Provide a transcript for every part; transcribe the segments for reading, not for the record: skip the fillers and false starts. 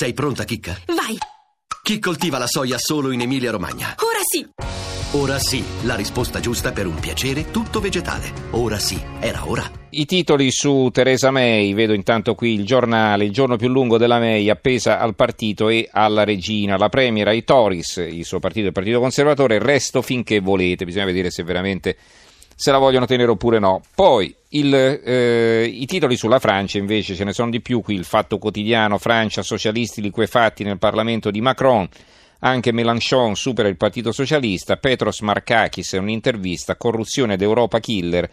Sei pronta, Chicca? Vai! Chi coltiva la soia solo in Emilia-Romagna? Ora sì! Ora sì, la risposta giusta per un piacere tutto vegetale. Ora sì, era ora. I titoli su Theresa May, vedo intanto qui il giornale, il giorno più lungo della May, appesa al partito e alla regina. La premier ai Tories, il suo partito, il Partito Conservatore, resto finché volete. Bisogna vedere se veramente se la vogliono tenere oppure no. Poi i titoli sulla Francia invece ce ne sono di più, qui il Fatto Quotidiano, Francia, socialisti liquefatti nel Parlamento di Macron, anche Mélenchon supera il Partito Socialista, Petros Markakis, un'intervista, corruzione d'Europa, killer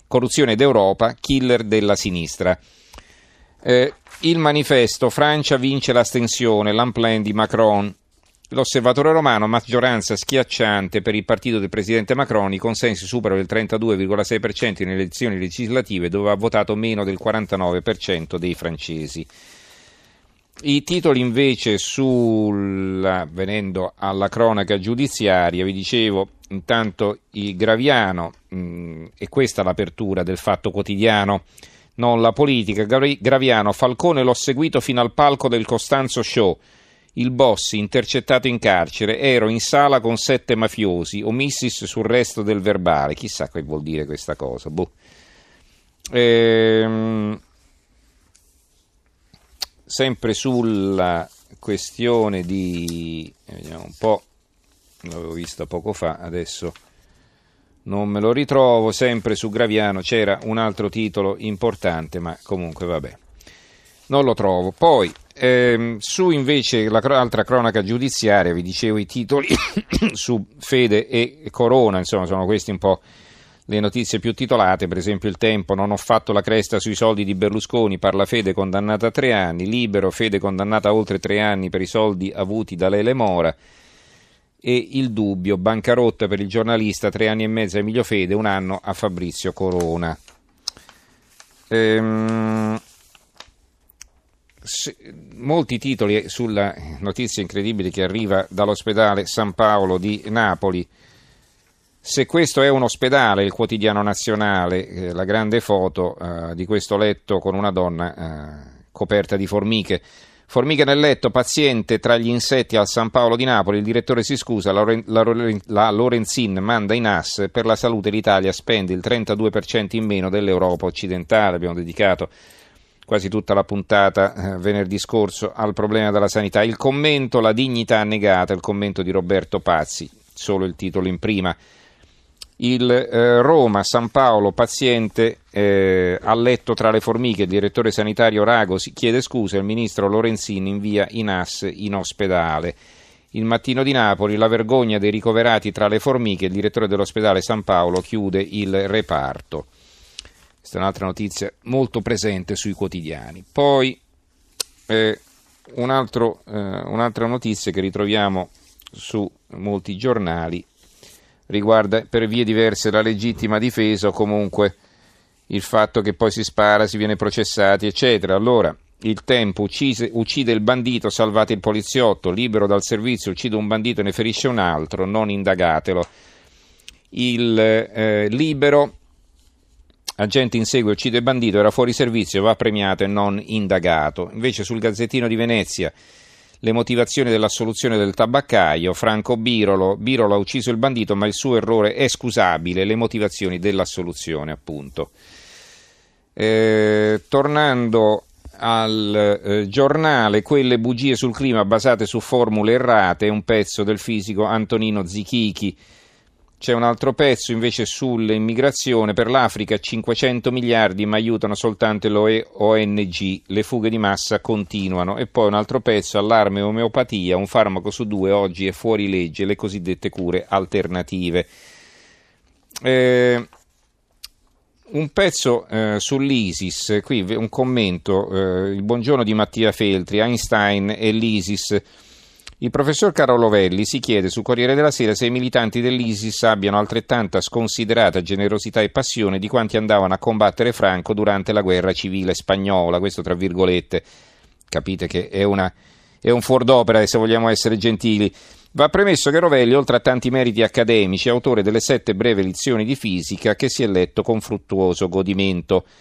della sinistra. Il Manifesto, Francia vince l'astensione, l'unplan di Macron. L'Osservatore Romano, maggioranza schiacciante per il partito del presidente Macron, i consensi superano il 32,6% nelle elezioni legislative dove ha votato meno del 49% dei francesi. I titoli invece venendo alla cronaca giudiziaria, vi dicevo, intanto il Graviano, e questa l'apertura del Fatto Quotidiano, non la politica, Graviano, Falcone l'ho seguito fino al palco del Costanzo Show, il boss intercettato in carcere, ero in sala con 7 mafiosi, omissis sul resto del verbale, chissà che vuol dire questa cosa, Sempre sulla questione vediamo un po', l'avevo vista poco fa, adesso non me lo ritrovo, sempre su Graviano c'era un altro titolo importante, ma comunque vabbè, non lo trovo. Poi su invece l'altra cronaca giudiziaria, vi dicevo i titoli su Fede e Corona, insomma sono questi un po' le notizie più titolate. Per esempio Il Tempo, non ho fatto la cresta sui soldi di Berlusconi, parla Fede condannata a 3 anni, Libero, Fede condannata a oltre 3 anni per i soldi avuti da Lele Mora, e Il Dubbio, bancarotta per il giornalista, 3 anni e mezzo a Emilio Fede, 1 anno a Fabrizio Corona. Molti titoli sulla notizia incredibile che arriva dall'ospedale San Paolo di Napoli. Se questo è un ospedale, il Quotidiano Nazionale, la grande foto di questo letto con una donna coperta di formiche. Formiche nel letto, paziente tra gli insetti al San Paolo di Napoli, il direttore si scusa, la Lorenzin manda in AS, per la salute l'Italia spende il 32% in meno dell'Europa occidentale. Abbiamo dedicato quasi tutta la puntata venerdì scorso al problema della sanità. Il commento, la dignità negata, il commento di Roberto Pazzi, solo il titolo in prima. Il Roma, San Paolo, paziente a letto tra le formiche, il direttore sanitario Rago si chiede scusa, il ministro Lorenzin invia in AS in ospedale. Il Mattino di Napoli, la vergogna dei ricoverati tra le formiche, il direttore dell'ospedale San Paolo chiude il reparto. Questa è un'altra notizia molto presente sui quotidiani. Poi un'altra notizia che ritroviamo su molti giornali riguarda per vie diverse la legittima difesa o comunque il fatto che poi si spara, si viene processati, eccetera. Allora, Il Tempo, uccide il bandito, salvate il poliziotto, libero dal servizio, uccide un bandito e ne ferisce un altro, non indagatelo. Il Libero, agente insegue, uccide il bandito, era fuori servizio, va premiato e non indagato. Invece sul Gazzettino di Venezia, le motivazioni dell'assoluzione del tabaccaio, Franco Birolo ha ucciso il bandito ma il suo errore è scusabile, le motivazioni dell'assoluzione appunto. Tornando al giornale, quelle bugie sul clima basate su formule errate, un pezzo del fisico Antonino Zichichi. C'è un altro pezzo invece sull'immigrazione, per l'Africa 500 miliardi ma aiutano soltanto le ONG, le fughe di massa continuano. E poi un altro pezzo, allarme omeopatia, un farmaco su 2 oggi è fuori legge, le cosiddette cure alternative. Un pezzo sull'ISIS, qui un commento, il buongiorno di Mattia Feltri, Einstein e l'ISIS. Il professor Carlo Velli si chiede sul Corriere della Sera se i militanti dell'ISIS abbiano altrettanta sconsiderata generosità e passione di quanti andavano a combattere Franco durante la guerra civile spagnola, questo tra virgolette, capite che è un fuor d'opera se vogliamo essere gentili. Va premesso che Rovelli, oltre a tanti meriti accademici, è autore delle 7 brevi lezioni di fisica che si è letto con fruttuoso godimento.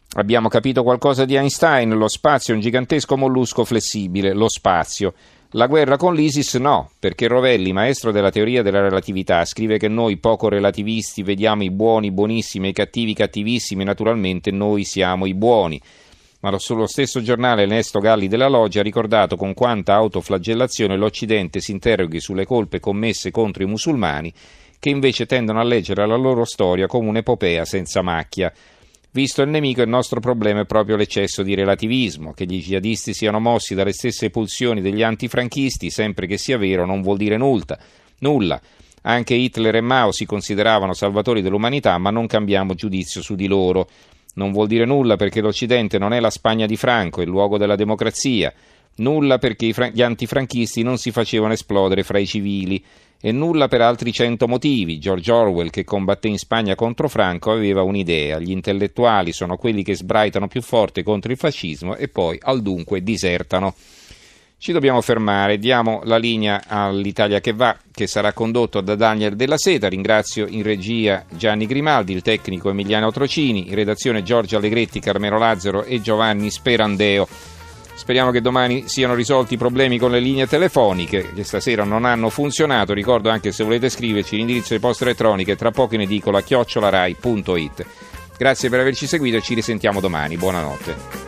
Abbiamo capito qualcosa di Einstein, lo spazio è un gigantesco mollusco flessibile, lo spazio. La guerra con l'ISIS no, perché Rovelli, maestro della teoria della relatività, scrive che noi poco relativisti vediamo i buoni buonissimi e i cattivi cattivissimi, naturalmente noi siamo i buoni. Ma sullo stesso giornale Ernesto Galli della Loggia ha ricordato con quanta autoflagellazione l'Occidente si interroghi sulle colpe commesse contro i musulmani, che invece tendono a leggere la loro storia come un'epopea senza macchia. Visto il nemico, il nostro problema è proprio l'eccesso di relativismo. Che gli jihadisti siano mossi dalle stesse pulsioni degli antifranchisti, sempre che sia vero, non vuol dire nulla. Anche Hitler e Mao si consideravano salvatori dell'umanità, ma non cambiamo giudizio su di loro. Non vuol dire nulla perché l'Occidente non è la Spagna di Franco, è il luogo della democrazia. Nulla perché gli antifranchisti non si facevano esplodere fra i civili. E nulla per altri 100 motivi. George Orwell, che combatté in Spagna contro Franco, aveva un'idea: gli intellettuali sono quelli che sbraitano più forte contro il fascismo e poi al dunque disertano. Ci dobbiamo fermare, diamo la linea all'Italia che va, che sarà condotto da Daniel Della Seta. Ringrazio in regia Gianni Grimaldi, il tecnico Emiliano Trocini, in redazione Giorgio Allegretti, Carmelo Lazzaro e Giovanni Sperandeo. Speriamo che domani siano risolti i problemi con le linee telefoniche che stasera non hanno funzionato. Ricordo anche, se volete scriverci, l'indirizzo di posta elettronica, tra poco in edicola @rai.it. Grazie per averci seguito e ci risentiamo domani. Buonanotte.